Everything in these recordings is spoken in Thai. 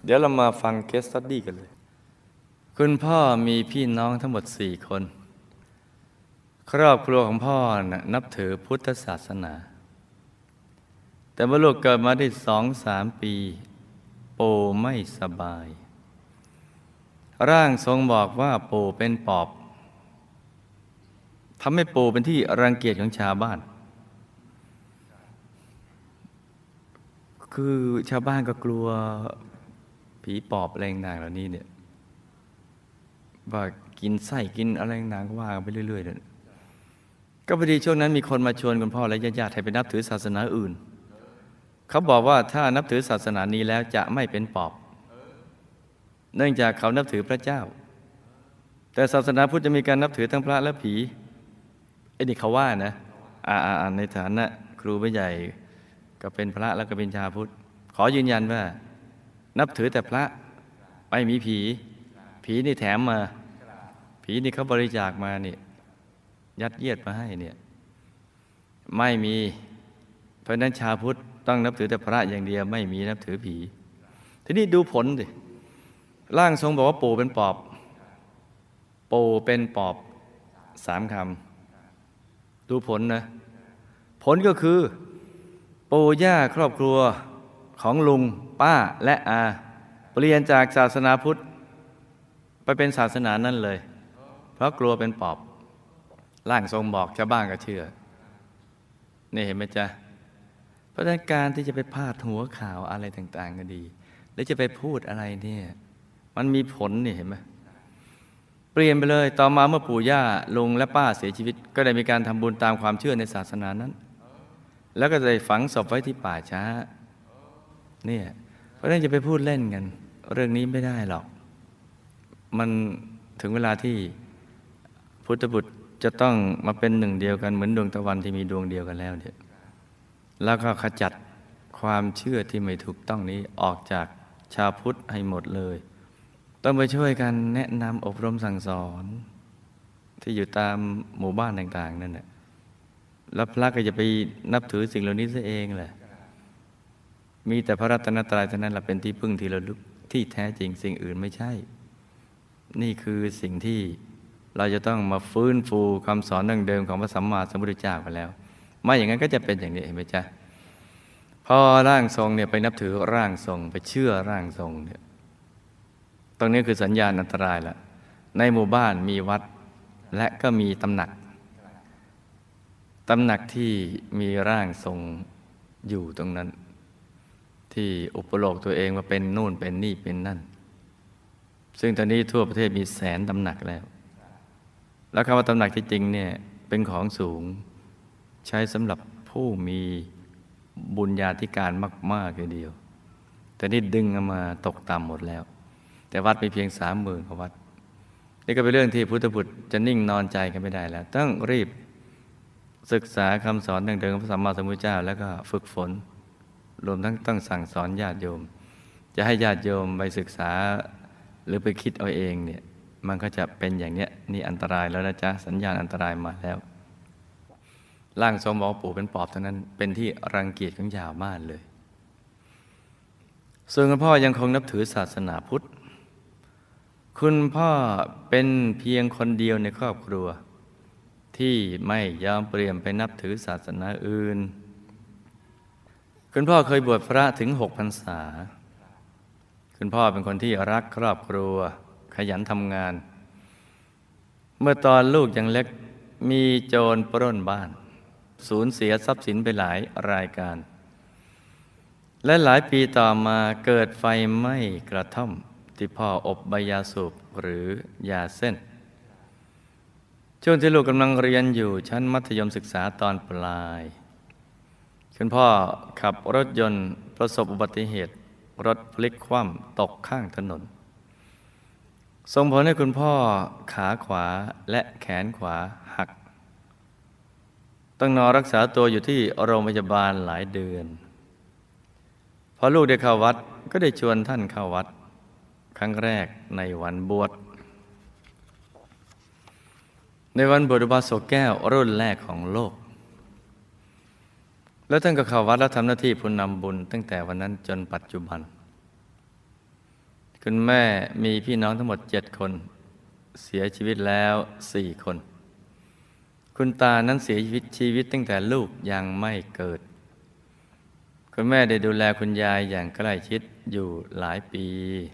เดี๋ยวเรามาฟังเคสสตัดดี้กันเลยคุณพ่อมีพี่น้องทั้งหมด4 คนครอบครัวของพ่อนับถือพุทธศาสนาแต่เมื่อลูกเกิดมาได้2-3 ปีปู่ไม่สบายร่างทรงบอกว่าปู่เป็นปอบทำให้ปู่เป็นที่รังเกียจของชาวบ้านคือชาวบ้านก็กลัวผีปอบอะไรต่างๆเหล่านี้เนี่ยว่ากินไส้กินอะไรต่างๆก็ว่าไปเรื่อยๆเนี่ยก็พอดีช่วงนั้นมีคนมาชวนคุณพ่อและญาติๆให้ไปนับถือศาสนาอื่นเขาบอกว่าถ้านับถือศาสนานี้แล้วจะไม่เป็นปอบเนื่องจากเขานับถือพระเจ้าแต่ศาสนาพุทธจะมีการนับถือทั้งพระและผีไอ้นี่เขาว่านะในฐานะครูผู้ใหญ่ก็เป็นพระแล้วก็เป็นชาวพุทธขอยืนยันว่านับถือแต่พระไม่มีผีนี่แถมมาผีนี่เขาบริจาคมานี่ยัดเยียดมาให้เนี่ยไม่มีเพราะนั้นชาวพุทธต้องนับถือแต่พระอย่างเดียวไม่มีนับถือผีทีนี้ดูผลสิร่างทรงบอกว่าปู่เป็นปอบปู่เป็นปอบ3 คำดูผลนะผลก็คือปู่ย่าครอบครัวของลุงป้าและอาเปลี่ยนจากศาสนาพุทธไปเป็นศาสนานั่นเลยเพราะกลัวเป็นปอบร่างทรงบอกชาวบ้านก็เชื่อนี่เห็นไหมจ๊ะเพราะฉะนั้นการที่จะไปพาดหัวข่าวอะไรต่างๆก็ดีแล้วจะไปพูดอะไรเนี่ยมันมีผลนี่เห็นไหมเปลี่ยนไปเลยต่อมาเมื่อปู่ย่าลุงและป้าเสียชีวิตก็ได้มีการทำบุญตามความเชื่อในศาสนานั้นแล้วก็ได้ฝังศพไว้ที่ป่าช้าเนี่ยเพราะฉะนั้นจะไปพูดเล่นกันเรื่องนี้ไม่ได้หรอกมันถึงเวลาที่พุทธบุตรจะต้องมาเป็นหนึ่งเดียวกันเหมือนดวงตะวันที่มีดวงเดียวกันแล้วเนี่ยแล้วก็ขจัดความเชื่อที่ไม่ถูกต้องนี้ออกจากชาวพุทธให้หมดเลยต้องไปช่วยกันแนะนำอบรมสั่งสอนที่อยู่ตามหมู่บ้านต่างๆนั่นแหละแล้วพระก็จะไปนับถือสิ่งเหล่านี้ซะเองแหละมีแต่พระรัตนตรัยเท่านั้นแหละเป็นที่พึ่งที่ระลึกที่แท้จริงสิ่งอื่นไม่ใช่นี่คือสิ่งที่เราจะต้องมาฟื้นฟูคำสอนดั้งเดิมของพระสัมมาสัมพุทธเจ้าไปแล้วไม่อย่างนั้นก็จะเป็นอย่างนี้เห็นไหมจ๊ะพอร่างทรงเนี่ยไปนับถือร่างทรงไปเชื่อร่างทรงเนี่ยตรงนี้คือสัญญาณอันตรายละในหมู่บ้านมีวัดและก็มีตำหนักที่มีร่างทรงอยู่ตรงนั้นที่อุปโลกตัวเองมาเป็นนู่นเป็นนี่เป็นนั่นซึ่งตอนนี้ทั่วประเทศมี100,000 ตำหนักแล้วคำว่าตำหนักที่จริงเนี่ยเป็นของสูงใช้สำหรับผู้มีบุญญาธิการมากๆทีเดียวแต่นี่ดึงมาตกต่ำหมดแล้วแต่วัดมีเพียง30,000 กว่าวัดนี่ก็เป็นเรื่องที่พุทธบุตรจะนิ่งนอนใจกันไม่ได้แล้วต้องรีบศึกษาคำสอนดังเดิมของพระสัมมาสัมพุทธเจ้าแล้วก็ฝึกฝนรวมทั้งต้องสั่งสอนญาติโยมจะให้ญาติโยมไปศึกษาหรือไปคิดเอาเองเนี่ยมันก็จะเป็นอย่างเนี้ยนี่อันตรายแล้วนะจ๊ะสัญญาณอันตรายมาแล้วร่างทรงบอกปู่เป็นปอบเท่านั้นเป็นที่รังเกียจของชาวบ้านเลยส่วนคุณพ่อยังคงนับถือศาสนาพุทธคุณพ่อเป็นเพียงคนเดียวในครอบครัวที่ไม่ยอมเปลี่ยนไปนับถือศาสนาอื่นคุณพ่อเคยบวชพระถึง6 พรรษาคุณพ่อเป็นคนที่รักครอบครัวขยันทำงานเมื่อตอนลูกยังเล็กมีโจรปล้นบ้านสูญเสียทรัพย์สินไปหลายรายการและหลายปีต่อมาเกิดไฟไหม้กระท่อมที่พ่ออบใบยาสูบหรือยาเส้นช่วงที่ลูกกำลังเรียนอยู่ชั้นมัธยมศึกษาตอนปลายคุณพ่อขับรถยนต์ประสบอุบัติเหตุรถพลิกคว่ำตกข้างถนนส่งผลให้คุณพ่อขาขวาและแขนขวาหักต้องนอนรักษาตัวอยู่ที่โรงพยาบาลหลายเดือนพอลูกได้เข้าวัดก็ได้ชวนท่านเข้าวัดครั้งแรกในวันบวชในวันบวชอุบาสกแก้วรุ่นแรกของโลกแล้วท่านก็เข้าวัดแล้วทำหน้าที่ผู้นำบุญตั้งแต่วันนั้นจนปัจจุบันคุณแม่มีพี่น้องทั้งหมด7 คนเสียชีวิตแล้ว4 คนคุณตานั้นเสียชีวิตตั้งแต่ลูกยังไม่เกิดคุณแม่ได้ดูแลคุณยายอย่างใกล้ชิดอยู่หลายปี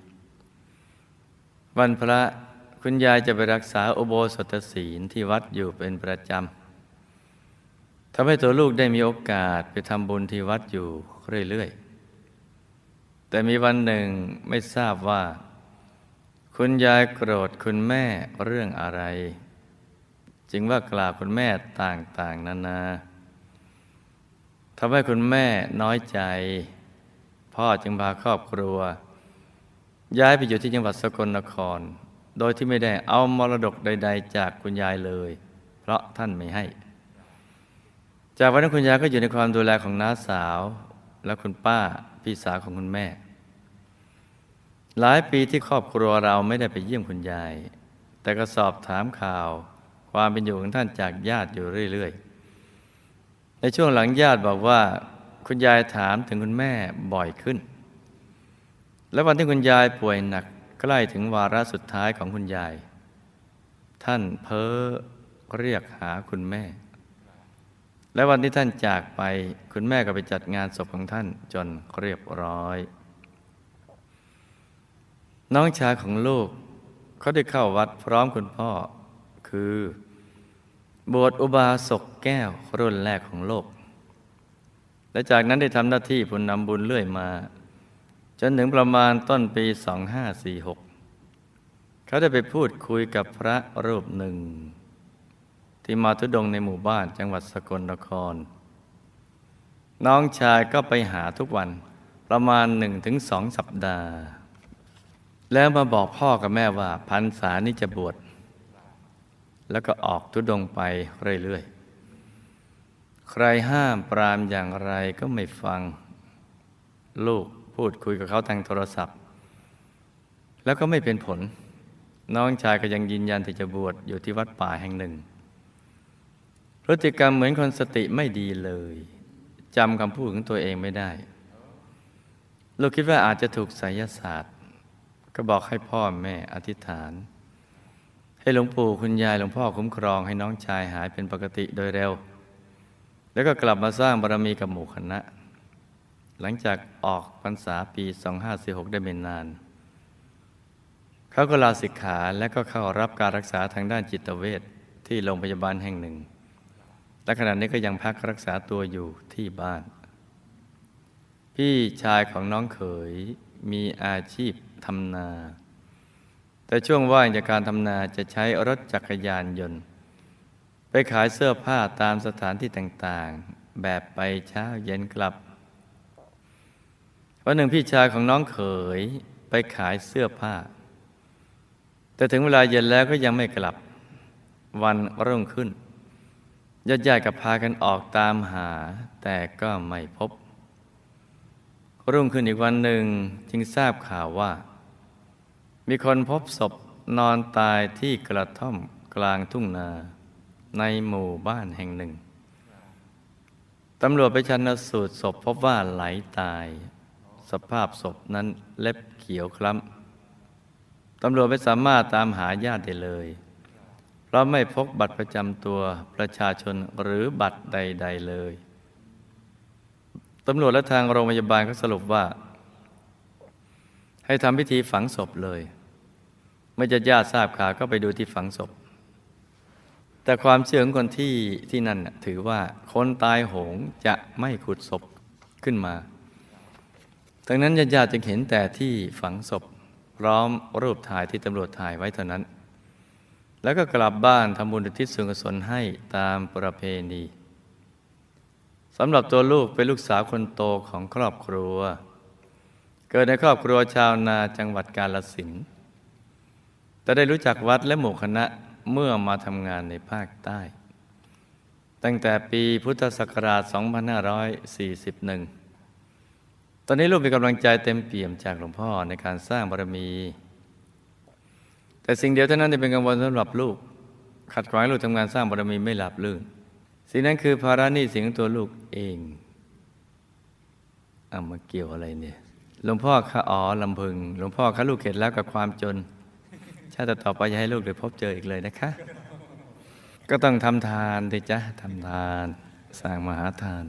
วันพระคุณยายจะไปรักษาอุโบสถศีลที่วัดอยู่เป็นประจำทำให้ตัวลูกได้มีโอกาสไปทำบุญที่วัดอยู่เรื่อยๆแต่มีวันหนึ่งไม่ทราบว่าคุณยายโกรธคุณแม่เรื่องอะไรจึงว่ากล่าวคุณแม่ต่างๆนานาทำให้คุณแม่น้อยใจพ่อจึงพาครอบครัวย้ายไปอยู่ที่จังหวัดสกลนครโดยที่ไม่ได้เอามรดกใดๆจากคุณยายเลยเพราะท่านไม่ให้จากวันนั้นคุณยายก็อยู่ในความดูแลของน้าสาวและคุณป้าพี่สาวของคุณแม่หลายปีที่ครอบครัวเราไม่ได้ไปเยี่ยมคุณยายแต่ก็สอบถามข่าวความเป็นอยู่ของท่านจากญาติอยู่เรื่อยๆในช่วงหลังญาติบอกว่าคุณยายถามถึงคุณแม่บ่อยขึ้นและวันที่คุณยายป่วยหนักใกล้ถึงวาระสุดท้ายของคุณยายท่านเพ้อเรียกหาคุณแม่และวันที่ท่านจากไปคุณแม่ก็ไปจัดงานศพของท่านจนเรียบร้อยน้องชายของลูกเขาได้เข้าวัดพร้อมคุณพ่อคือบวชอุบาสกแก้วรุ่นแรกของโลกและจากนั้นได้ทำหน้าที่ผู้นำบุญเรื่อยมาจนถึงประมาณต้นปี 2546 เขาได้ไปพูดคุยกับพระรูปหนึ่งที่มาธุดงค์ในหมู่บ้านจังหวัดสกลนครน้องชายก็ไปหาทุกวันประมาณ 1-2 สัปดาห์แล้วมาบอกพ่อกับแม่ว่าพรรษานี้จะบวชแล้วก็ออกธุดงค์ไปเรื่อยๆใครห้ามปรามอย่างไรก็ไม่ฟังลูกพูดคุยกับเขาทางโทรศัพท์แล้วก็ไม่เป็นผลน้องชายก็ยังยืนยันที่จะบวชอยู่ที่วัดป่าแห่งหนึ่งพฤติกรรมเหมือนคนสติไม่ดีเลยจำคำพูดของตัวเองไม่ได้ลูกคิดว่าอาจจะถูกไสยศาสตร์ก็บอกให้พ่อแม่อธิษฐานให้หลวงปู่คุณยายหลวงพ่อคุ้มครองให้น้องชายหายเป็นปกติโดยเร็วแล้วก็กลับมาสร้างบารมีกับหมู่คณะหลังจากออกพรรษาปี 2546 ได้ไม่นานเขาก็ลาสิกขาและก็เข้ารับการรักษาทางด้านจิตเวชที่โรงพยาบาลแห่งหนึ่งและขณะนี้ก็ยังพักรักษาตัวอยู่ที่บ้านพี่ชายของน้องเขยมีอาชีพทำนาแต่ช่วงว่างจากการทำนาจะใช้รถจักรยานยนต์ไปขายเสื้อผ้าตามสถานที่ต่างๆแบบไปเช้าเย็นกลับวันหนึ่งพี่ชายของน้องเขยไปขายเสื้อผ้าแต่ถึงเวลาเย็นแล้วก็ยังไม่กลับวันรุ่งขึ้นญาติๆก็พากันออกตามหาแต่ก็ไม่พบรุ่งขึ้นอีกวันหนึ่งจึงทราบข่าวว่ามีคนพบศพนอนตายที่กระท่อมกลางทุ่งนาในหมู่บ้านแห่งหนึ่งตำรวจไปชันสูตรศพพบว่าไหลตายสภาพศพนั้นเล็บเขียวคล้ำตำรวจไม่สามารถตามหาญาติได้เลยเพราะไม่พบบัตรประจำตัวประชาชนหรือบัตรใดๆเลยตำรวจและทางโรงพยาบาลก็สรุปว่าให้ทำพิธีฝังศพเลยเมื่อญาติทราบข่าวก็ไปดูที่ฝังศพแต่ความเชื่อของคนที่นั่นถือว่าคนตายโหงจะไม่ขุดศพขึ้นมาดังนั้นญาติจึงเห็นแต่ที่ฝังศพพร้อมรูปถ่ายที่ตำรวจถ่ายไว้เท่านั้นแล้วก็กลับบ้านทำบุญอุทิศส่วนกุศลให้ตามประเพณีสำหรับตัวลูกเป็นลูกสาวคนโตของครอบครัวเกิดในครอบครัวชาวนาจังหวัดกาฬสินธุ์แต่ได้รู้จักวัดและหมู่คณะเมื่อมาทำงานในภาคใต้ตั้งแต่ปีพุทธศักราช 2541 ตอนนี้ลูกมีกำลังใจเต็มเปี่ยมจากหลวงพ่อในการสร้างบารมีแต่สิ่งเดียวเท่านั้นที่เป็นกังวลสำหรับลูกขัดขวางลูกทำงานสร้างบารมีไม่หลับลื่นสิ่งนั้นคือภาระหนี้สินของตัวลูกเองมาเกี่ยวอะไรเนี่ยหลวงพ่อคะอ๋อลำพึงหลวงพ่อคะลูกเข็ดแล้วกับความจนชาติต่อไปอย่าให้ลูกได้พบเจออีกเลยนะคะก็ต้องทำทานดิจ๊ะทำทานสร้างมหาทาน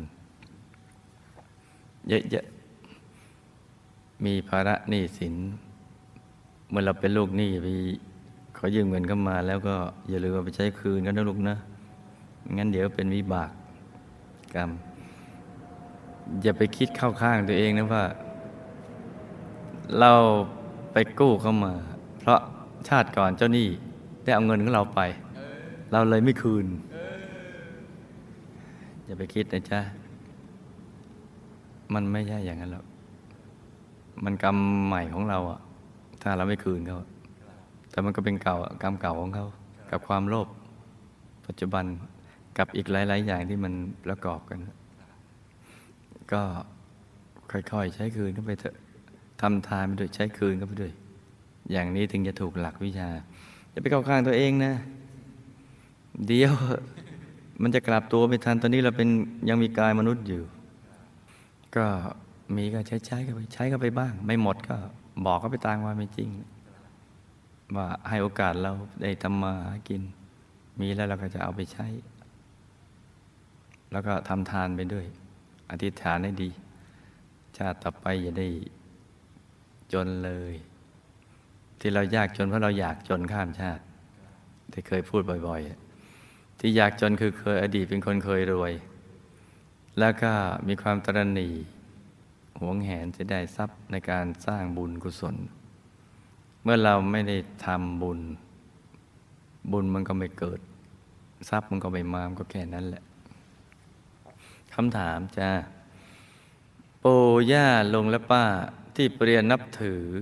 เยอะๆมีภาระหนี้สินเมื่อเราเป็นลูกหนี้ไปขอยืมเงินเข้ามาแล้วก็อย่าลืมเอาไปใช้คืนกันนะลูกนะงั้นเดี๋ยวเป็นวิบากกรรมอย่าไปคิดเข้าข้างตัวเองนะว่าเราไปกู้เข้ามาเพราะชาติก่อนเจ้าหนี้ได้เอาเงินของเราไปเราเลยไม่คืนอย่าไปคิดนะจ๊ะมันไม่ใช่อย่างนั้นหรอกมันกรรมใหม่ของเราอะถ้าเราไม่คืนเขาแต่มันก็เป็นกรรมเก่าของเขากับความโลภปัจจุบันกับอีกหลายๆอย่างที่มันประกอบกันก็ค่อยๆใช้คืนเข้าไปเถอะทำทานไปด้วยใช้คืนเข้าไปด้วยอย่างนี้ถึงจะถูกหลักวิชาอย่าไปเข้าข้างตัวเองนะเดี๋ยวมันจะกลับตัวไม่ทันตอนนี้เราเป็นยังมีกายมนุษย์อยู่ก็มีก็ใช้กันไปใช้กันไปบ้างไม่หมดก็บอกเขาไปตามความเป็นจริงว่าให้โอกาสเราได้ทำมาหากินมีแล้วเราก็จะเอาไปใช้แล้วก็ทำทานไปด้วยอธิษฐานให้ดีชาติต่อไปอย่าได้จนเลยที่เรายากจนเพราะเราอยากจนข้ามชาติที่เคยพูดบ่อยๆที่อยากจนคือเคยอดีตเป็นคนเคยรวยแล้วก็มีความตระหนี่หวงแหนจะได้ทรัพย์ในการสร้างบุญกุศลเมื่อเราไม่ได้ทำบุญมันก็ไม่เกิดทรัพย์มันก็ไม่มามันก็แค่นั้นแหละคำถามจ้าปู่ย่าลุงและป้าที่เปลี่ยนนับถือ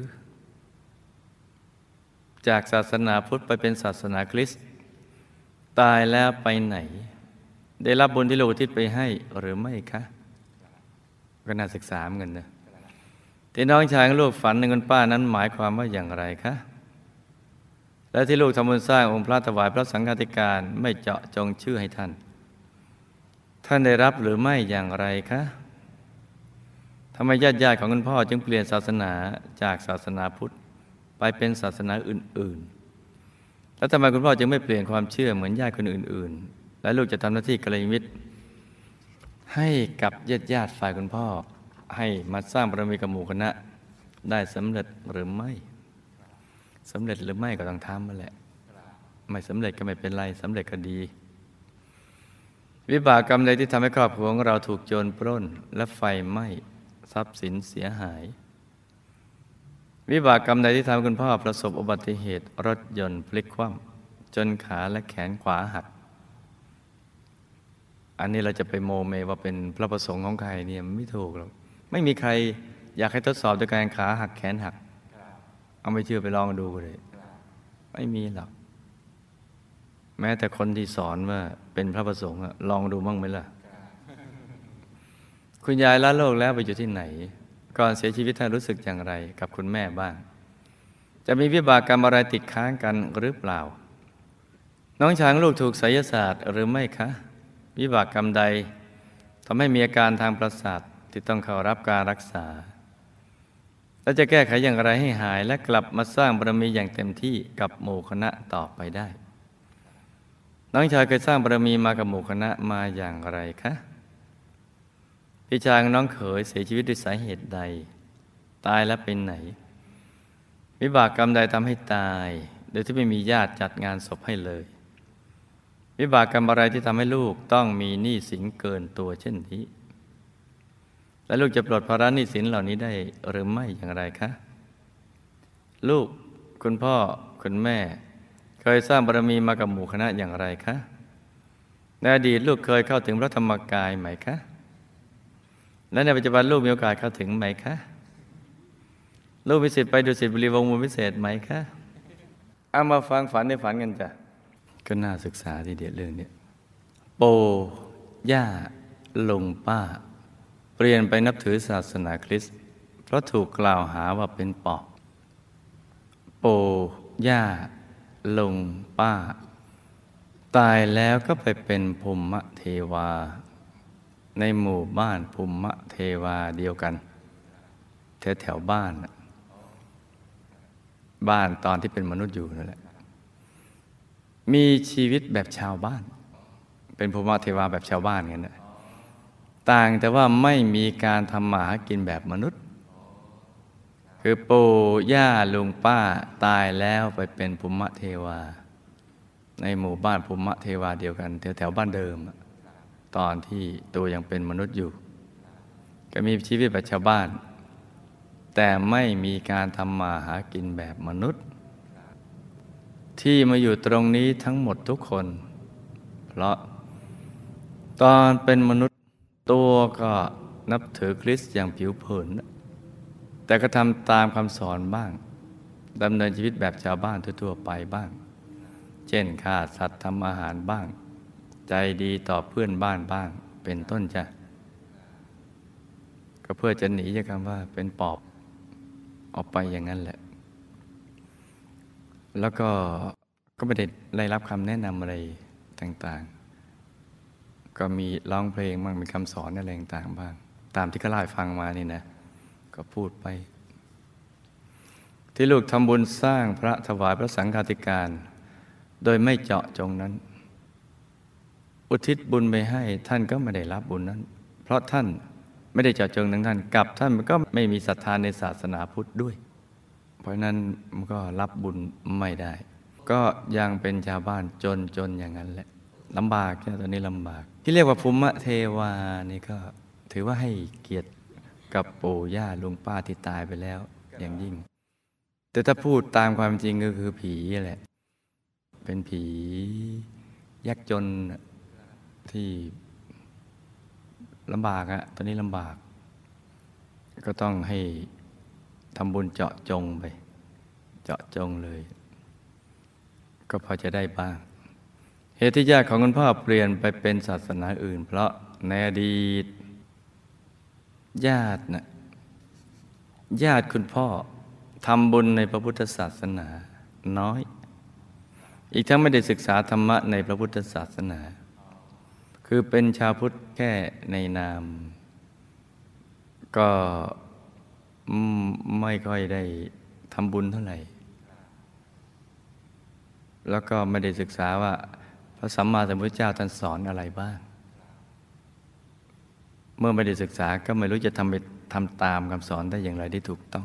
จากศาสนาพุทธไปเป็นศาสนาคริสต์ตายแล้วไปไหนได้รับบุญที่ลูกอุทิศไปให้หรือไม่คะก็น่าศึกษาเหมือนกันนะที่น้องชายของลูกฝันในคุณป้านั้นหมายความว่าอย่างไรคะและที่ลูกทำบุญสร้างองค์พระถวายพระสังฆาธิการไม่เจาะจงชื่อให้ท่านได้รับหรือไม่อย่างไรคะทำไมญาติของคุณพ่อจึงเปลี่ยนศาสนาจากศาสนาพุทธไปเป็นศาสนาอื่นๆแล้วทำไมคุณพ่อจึงไม่เปลี่ยนความเชื่อเหมือนญาติคนอื่นๆและลูกจะทำหน้าที่กัลยาณมิตรให้กับญาติฝ่ายคุณพ่อให้มาสร้างบารมีกับหมู่คณะได้สำเร็จหรือไม่สำเร็จหรือไม่ก็ต้องทำมาแหละไม่สำเร็จก็ไม่เป็นไรสำเร็จก็ดีวิบากกรรมใดที่ทำให้ครอบครัวของเราถูกโจรปล้นและไฟไหม้ทรัพย์สินเสียหายวิบากกรรมใดที่ทำให้คุณพ่อประสบอุบัติเหตุรถยนต์พลิกคว่ำจนขาและแขนขวาหักอันนี้เราจะไปโมเมว่าเป็นพระประสงค์ของใครเนี่ยไม่ถูกหรอกไม่มีใครอยากให้ทดสอบด้วยการขาหักแขนหักเอาไม่เชื่อไปลองดูเลยไม่มีหรอกแม้แต่คนที่สอนว่าเป็นพระประสงค์ลองดูบ้างไหมล่ะคุณยายละโลกแล้วไปอยู่ที่ไหนก่อนเสียชีวิตท่านรู้สึกอย่างไรกับคุณแม่บ้างจะมีวิบากกรรมอะไรติดค้างกันหรือเปล่าน้องช้างลูกถูกไสยศาสตร์หรือไม่คะวิบากกรรมใดทำให้มีอาการทางประสาทที่ต้องเข้ารับการรักษาและจะแก้ไขอย่างไรให้หายและกลับมาสร้างบารมีอย่างเต็มที่กับหมู่คณะต่อไปได้น้องชายเคยสร้างบารมีมากับหมู่คณะมาอย่างไรคะพี่ชายของน้องเขยเสียชีวิตด้วยสาเหตุใดตายแล้วเป็นไหนวิบากกรรมใดทำให้ตายโดยที่ไม่มีญาติจัดงานศพให้เลยวิบากกรรมอะไรที่ทำให้ลูกต้องมีหนี้สินเกินตัวเช่นนี้และลูกจะปลดภาระหนี้สินเหล่านี้ได้หรือไม่อย่างไรคะลูกคุณพ่อคุณแม่เคยสร้างบารมีมากับหมู่คณะอย่างไรคะในอดีตลูกเคยเข้าถึงพระธรรมกายไหมคะและในปัจจุบันลูกมีโอกาสเข้าถึงไหมคะลูกมีสิทธิ์ไปดุสิตบุรีวงศ์มูลพิเศษไหมคะเอามาฟังฝันในฝันกันจ้ะก็น่าศึกษาทีเดียวเรื่องนี้ปู่ย่าลุงป้าเปลี่ยนไปนับถือศาสนาคริสต์เพราะถูกกล่าวหาว่าเป็นปอบปู่ย่าลุงป้าตายแล้วก็ไปเป็นภูมิเทวาในหมู่บ้านภูมิเทวาเดียวกันแถวบ้านบ้านตอนที่เป็นมนุษย์อยู่นั่นแหละมีชีวิตแบบชาวบ้านเป็นภูมิเทวาแบบชาวบ้านกันนะต่างแต่ว่าไม่มีการทำมาหากินแบบมนุษย์คือปู่ย่าลุงป้าตายแล้วไปเป็นภูมิเทวาในหมู่บ้านภูมิเทวาเดียวกันแถวบ้านเดิมตอนที่ตัวยังเป็นมนุษย์อยู่ก็มีชีวิตแบบชาวบ้านแต่ไม่มีการทำมาหากินแบบมนุษย์ที่มาอยู่ตรงนี้ทั้งหมดทุกคนเพราะตอนเป็นมนุษย์ตัวก็นับถือคริสต์อย่างผิวเผินแต่ก็ทำตามคำสอนบ้างดำเนินชีวิตแบบชาวบ้านทั่วๆไปบ้างเช่นฆ่าสัตว์ทำอาหารบ้างใจดีต่อเพื่อนบ้านบ้างเป็นต้นจ้ะก็เพื่อจะหนีจากคำว่าเป็นปอบออกไปอย่างนั้นแหละแล้วก็ไม่ได้รับคำแนะนำอะไรต่างๆก็มีร้องเพลงบ้างมีคำสอนอะไรต่างๆบ้างตามที่เขาเล่าให้ฟังมานี่นะก็พูดไปที่ลูกทำบุญสร้างพระถวายพระสังฆาธิการโดยไม่เจาะจงนั้นอุทิศบุญไปให้ท่านก็ไม่ได้รับบุญนั้นเพราะท่านไม่ได้เจาะจงทั้งท่านกับท่านก็ไม่มีศรัทธาในศาสนาพุทธด้วยเพราะนั้นมันก็รับบุญไม่ได้ก็ยังเป็นชาวบ้านจนอย่างนั้นแหละลำบากตอนนี้ลำบากที่เรียกว่าภูมิเทวานี่ก็ถือว่าให้เกียรติกับปู่ย่าลุงป้าที่ตายไปแล้วอย่างยิ่งแต่ถ้าพูดตามความจริงก็คือผีแหละเป็นผียากจนที่ลำบากตอนนี้ลำบากก็ต้องให้ทำบุญเจาะจงไปเจาะจงเลยก็พอจะได้บ้างเหตุที่ญาติของคุณพ่อเปลี่ยนไปเป็นศาสนาอื่นเพราะในอดีตญาติคุณพ่อทำบุญในพระพุทธศาสนาน้อยอีกทั้งไม่ได้ศึกษาธรรมะในพระพุทธศาสนาคือเป็นชาวพุทธแค่ในนามก็ไม่ค่อยได้ทำบุญเท่าไหร่แล้วก็ไม่ได้ศึกษาว่าพระสัมมาสัมพุทธเจ้าท่านสอนอะไรบ้างเมื่อไม่ได้ศึกษาก็ไม่รู้จะทำตามคำสอนได้อย่างไรที่ถูกต้อง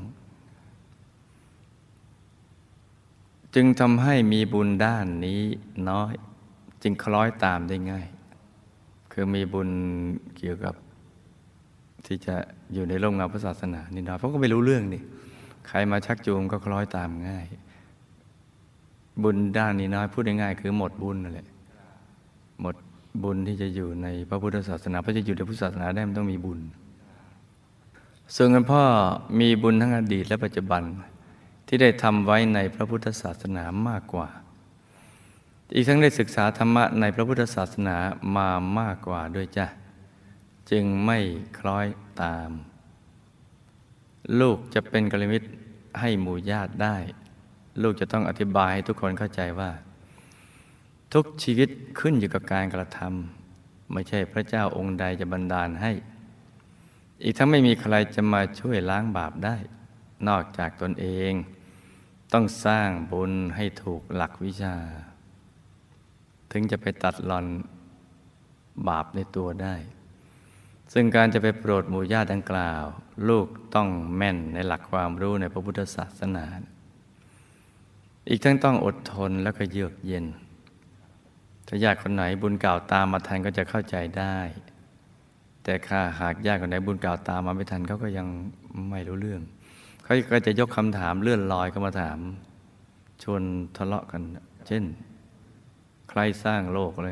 จึงทำให้มีบุญด้านนี้น้อยจึงคล้อยตามได้ง่ายคือมีบุญเกี่ยวกับที่จะอยู่ในร่มเงาพระศาสนานี่น้อยเพราะก็ไม่รู้เรื่องนี่ใครมาชักจูงก็คล้อยตามง่ายบุญด้านนี้น้อยพูดง่ายๆคือหมดบุญนั่นแหละหมดบุญที่จะอยู่ในพระพุทธศาสนาเพราะจะอยู่ในพุทธศาสนาได้มันต้องมีบุญส่วนคุณพ่อมีบุญทั้งอดีตและปัจจุบันที่ได้ทำไว้ในพระพุทธศาสนามากกว่าอีกทั้งได้ศึกษาธรรมะในพระพุทธศาสนามามากกว่าด้วยจ้ะจึงไม่คล้อยตามลูกจะเป็นกัลยาณมิตรให้หมู่ญาติได้ลูกจะต้องอธิบายให้ทุกคนเข้าใจว่าทุกชีวิตขึ้นอยู่กับการกระทำไม่ใช่พระเจ้าองค์ใดจะบันดาลให้อีกทั้งไม่มีใครจะมาช่วยล้างบาปได้นอกจากตนเองต้องสร้างบุญให้ถูกหลักวิชาถึงจะไปตัดรอนบาปในตัวได้ซึ่งการจะไปโปรดหมู่ญาติดังกล่าวลูกต้องแม่นในหลักความรู้ในพระพุทธศาสนาอีกทั้งต้องอดทนและก็เยือกเย็นถ้าญาติคนไหนบุญเก่าตามมาทันก็จะเข้าใจได้แต่หากญาติคนไหนบุญเก่าตามมาไม่ทันเขาก็ยังไม่รู้เรื่องเขาก็จะยกคำถามเลื่อนลอยเข้ามาถามชวนทะเลาะกันเช่นใครสร้างโลกอะไร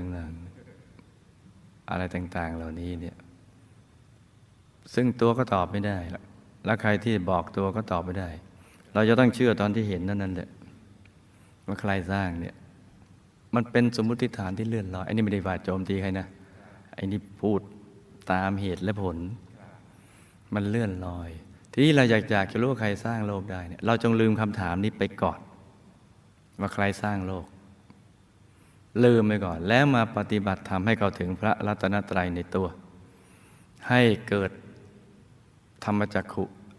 ต่างๆเหล่านี้เนี่ยซึ่งตัวก็ตอบไม่ได้แล้วใครที่บอกตัวก็ตอบไม่ได้เราจะต้องเชื่อตอนที่เห็นนั่นแหละว่าใครสร้างเนี่ยมันเป็นสมมุติฐานที่เลื่อนลอยอันนี้ไม่ได้ว่าโจมตีใครนะไอ้นี่พูดตามเหตุและผลมันเลื่อนลอยทีนี้เราอยากจะรู้ว่าใครสร้างโลกได้เนี่ยเราจงลืมคำถามนี้ไปก่อนว่าใครสร้างโลกลืมไปก่อนแล้วมาปฏิบัติธรรมให้เข้าถึงพระรัตนตรัยในตัวให้เกิดธรรมจักขุ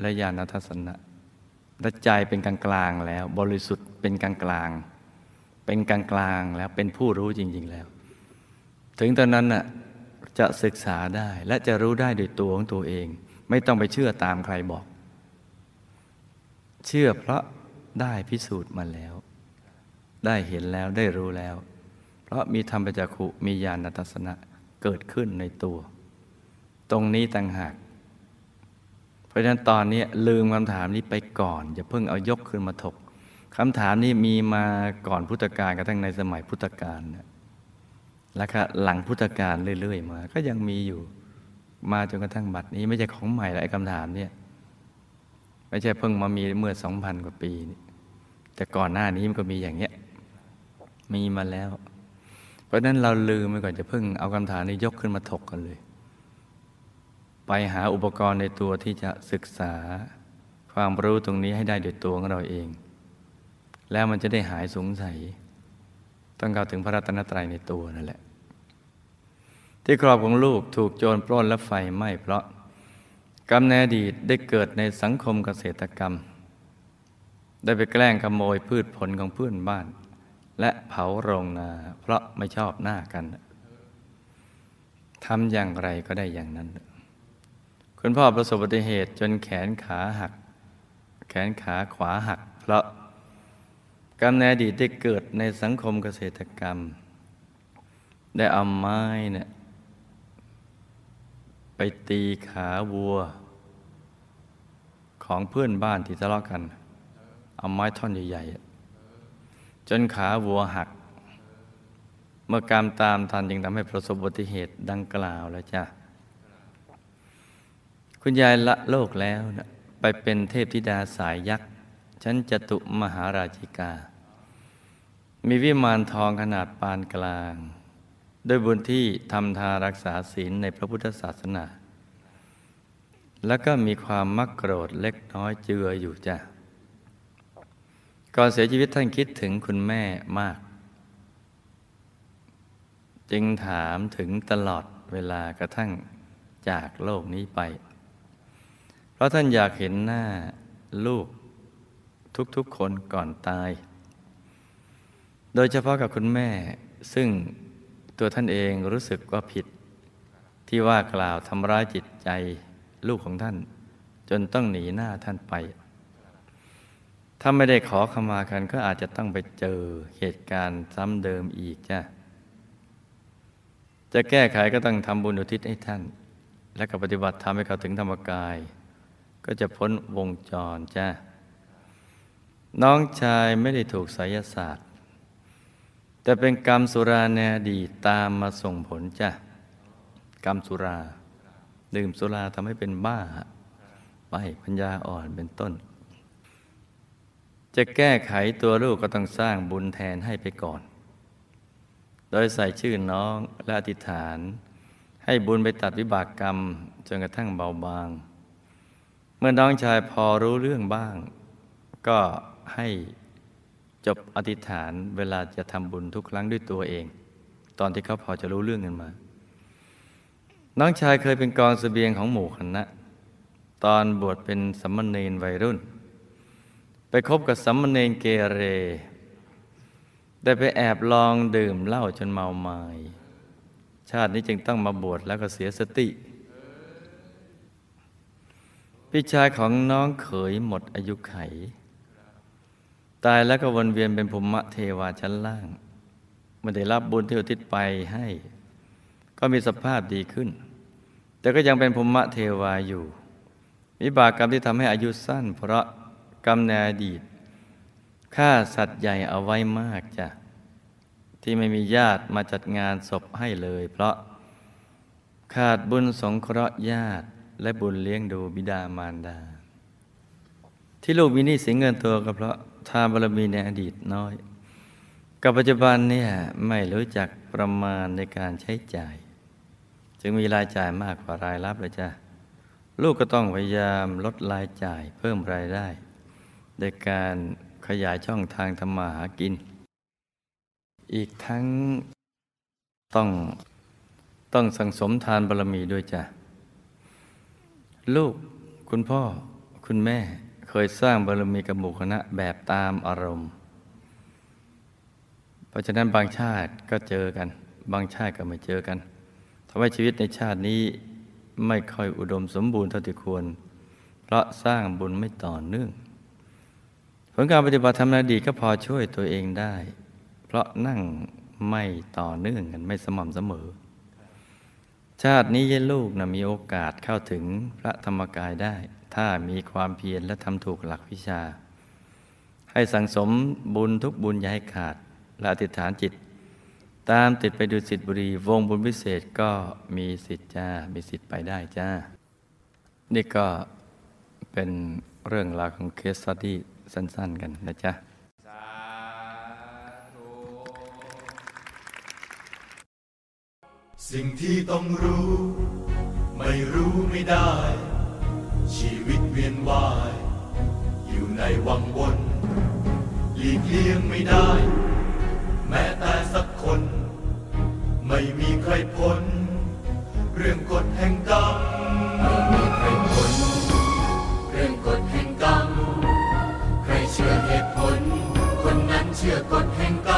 และญาณทัศนะและใจเป็นกลางๆแล้วบริสุทธิ์เป็นกลางๆเป็นกลางๆแล้วเป็นผู้รู้จริงๆแล้วถึงตอนนั้นน่ะจะศึกษาได้และจะรู้ได้โดยตัวของตัวเองไม่ต้องไปเชื่อตามใครบอกเชื่อเพราะได้พิสูจน์มาแล้วได้เห็นแล้วได้รู้แล้วเพราะมีธรรมปัญจขุมีญาณทัศนะเกิดขึ้นในตัวตรงนี้ต่างหากเพราะฉะนั้นตอนนี้ลืมคำถามนี้ไปก่อนอย่าเพิ่งเอายกขึ้นมาถกคำถามนี้มีมาก่อนพุทธกาลกระทั่งในสมัยพุทธกาลนะแล้วก็หลังพุทธกาลเรื่อยๆมาก็ยังมีอยู่มาจนกระทั่งบัดนี้ไม่ใช่ของใหม่หรอกไอ้คำถามเนี่ยไม่ใช่เพิ่งมามีเมื่อ 2,000 กว่าปีนี่แต่ก่อนหน้านี้มันก็มีอย่างเงี้ยมีมาแล้วเพราะฉะนั้นเราลืมไปก่อนจะเพิ่งเอาคำถามนี้ยกขึ้นมาถกกันเลยไปหาอุปกรณ์ในตัวที่จะศึกษาความรู้ตรงนี้ให้ได้โดยตัวของเราเองแล้วมันจะได้หายสงสัยต้องเข้าถึงพระรัตนตรัยในตัวนั่นแหละที่ครอบของลูกถูกโจรปล้นและไฟไหม้เพราะกรรมในอดีตได้เกิดในสังคมเกษตรกรรมได้ไปแกล้งขโมยพืชผลของเพื่อนบ้านและเผาโรงนาเพราะไม่ชอบหน้ากันทำอย่างไรก็ได้อย่างนั้นคุณพ่อประสบอุบัติเหตุจนแขนขาหักแขนขาขวาหักเพราะกรรมในอดีตได้เกิดในสังคมเกษตรกรรมได้เอาไม้เนี่ยไปตีขาวัวของเพื่อนบ้านที่ทะเลาะกันเอาไม้ท่อนใหญ่ๆจนขาวัวหักเมื่อกรรมตามทันจึงทำให้ประสบอุบัติเหตุดังกล่าวแล้วจ้ะคุณยายละโลกแล้วนะไปเป็นเทพธิดาสายยักษ์ชั้นจตุมหาราชิกามีวิมานทองขนาดปานกลางด้วยบุญที่ทำทานรักษาศีลในพระพุทธศาสนาแล้วก็มีความมักโกรธเล็กน้อยเจืออยู่จ้ะก่อนเสียชีวิตท่านคิดถึงคุณแม่มากจึงถามถึงตลอดเวลากระทั่งจากโลกนี้ไปเพราะท่านอยากเห็นหน้าลูกทุกๆคนก่อนตายโดยเฉพาะกับคุณแม่ซึ่งตัวท่านเองรู้สึกว่าผิดที่ว่ากล่าวทำร้ายจิตใจลูกของท่านจนต้องหนีหน้าท่านไปถ้าไม่ได้ขอขมากันก็อาจจะต้องไปเจอเหตุการณ์ซ้ำเดิมอีกจ้ะจะแก้ไขก็ต้องทำบุญอุทิศให้ท่านและก็ปฏิบัติทำให้เขาถึงธรรมกายก็จะพ้นวงจรจ้ะน้องชายไม่ได้ถูกไสยศาสตร์แต่เป็นกรรมสุราในอดีตตามมาส่งผลจ้ะกรรมสุราดื่มสุราทำให้เป็นบ้าไปปัญญาอ่อนเป็นต้นจะแก้ไขตัวลูกก็ต้องสร้างบุญแทนให้ไปก่อนโดยใส่ชื่อน้องและอธิษฐานให้บุญไปตัดวิบากกรรมจนกระทั่งเบาบางเมื่อน้องชายพอรู้เรื่องบ้างก็ให้จบอธิษฐานเวลาจะทำบุญทุกครั้งด้วยตัวเองตอนที่เขาพอจะรู้เรื่องกันมาน้องชายเคยเป็นกองเสบียงของหมู่คณะตอนบวชเป็นสามเณรวัยรุ่นไปคบกับสามเณรเกเรได้ไปแอบลองดื่มเหล้าจนเมาไม้ชาตินี้จึงต้องมาบวชแล้วก็เสียสติพี่ชายของน้องเขยหมดอายุไขตายแล้วก็วนเวียนเป็นภูมิเทวาชั้นล่างไม่ได้รับบุญที่อุทิศไปให้ก็มีสภาพดีขึ้นแต่ก็ยังเป็นภูมิเทวาอยู่วิบากกรรมที่ทำให้อายุสั้นเพราะกรรมในอดีตฆ่าสัตว์ใหญ่เอาไว้มากจ้ะที่ไม่มีญาติมาจัดงานศพให้เลยเพราะขาดบุญสงเคราะห์ญาติและบุญเลี้ยงดูบิดามารดาที่ลูกมีหนี้สินเงินตัวก็เพราะทานบารมีในอดีตน้อยกับปัจจุบันเนี่ยไม่รู้จักประมาณในการใช้จ่ายจึงมีรายจ่ายมากกว่ารายรับเลยจ้ะลูกก็ต้องพยายามลดรายจ่ายเพิ่มรายได้โดยการขยายช่องทางทำมาหากินอีกทั้งต้องสั่งสมทานบารมีด้วยจ้ะลูกคุณพ่อคุณแม่เคยสร้างบารมีกับหมู่คณะแบบตามอารมณ์เพราะฉะนั้นบางชาติก็เจอกันบางชาติก็ไม่เจอกันทำให้ชีวิตในชาตินี้ไม่ค่อยอุดมสมบูรณ์เท่าที่ควรเพราะสร้างบุญไม่ต่อเนื่องผลการปฏิบัติธรรมในอดีตก็พอช่วยตัวเองได้เพราะนั่งไม่ต่อเนื่องกันไม่สม่ำเสมอชาตินี้ยายลูกมีโอกาสเข้าถึงพระธรรมกายได้ถ้ามีความเพียรและทำถูกหลักวิชาให้สั่งสมบุญทุกบุญอย่าให้ขาดและอธิษฐานจิตตามติดไปดูสิทธิบุรีวงบุญพิเศษก็มีสิทธิ์จ้ามีสิทธิ์ไปได้จ้านี่ก็เป็นเรื่องราวของเคสสตัดดี้สั้นๆกันนะจ๊ะสิ่งที่ต้องรู้ไม่รู้ไม่ได้ชีวิตเวียนว่ายอยู่ในวังวนหลีกเลี่ยงไม่ได้แม้แต่สักคนไม่มีใครพ้นเรื่องกฎแห่งกรรมไม่มีใครพ้นเรื่องกฎแห่งกรรมใครเชื่อเหตุผลคนนั้นเชื่อกฎแห่งกรรม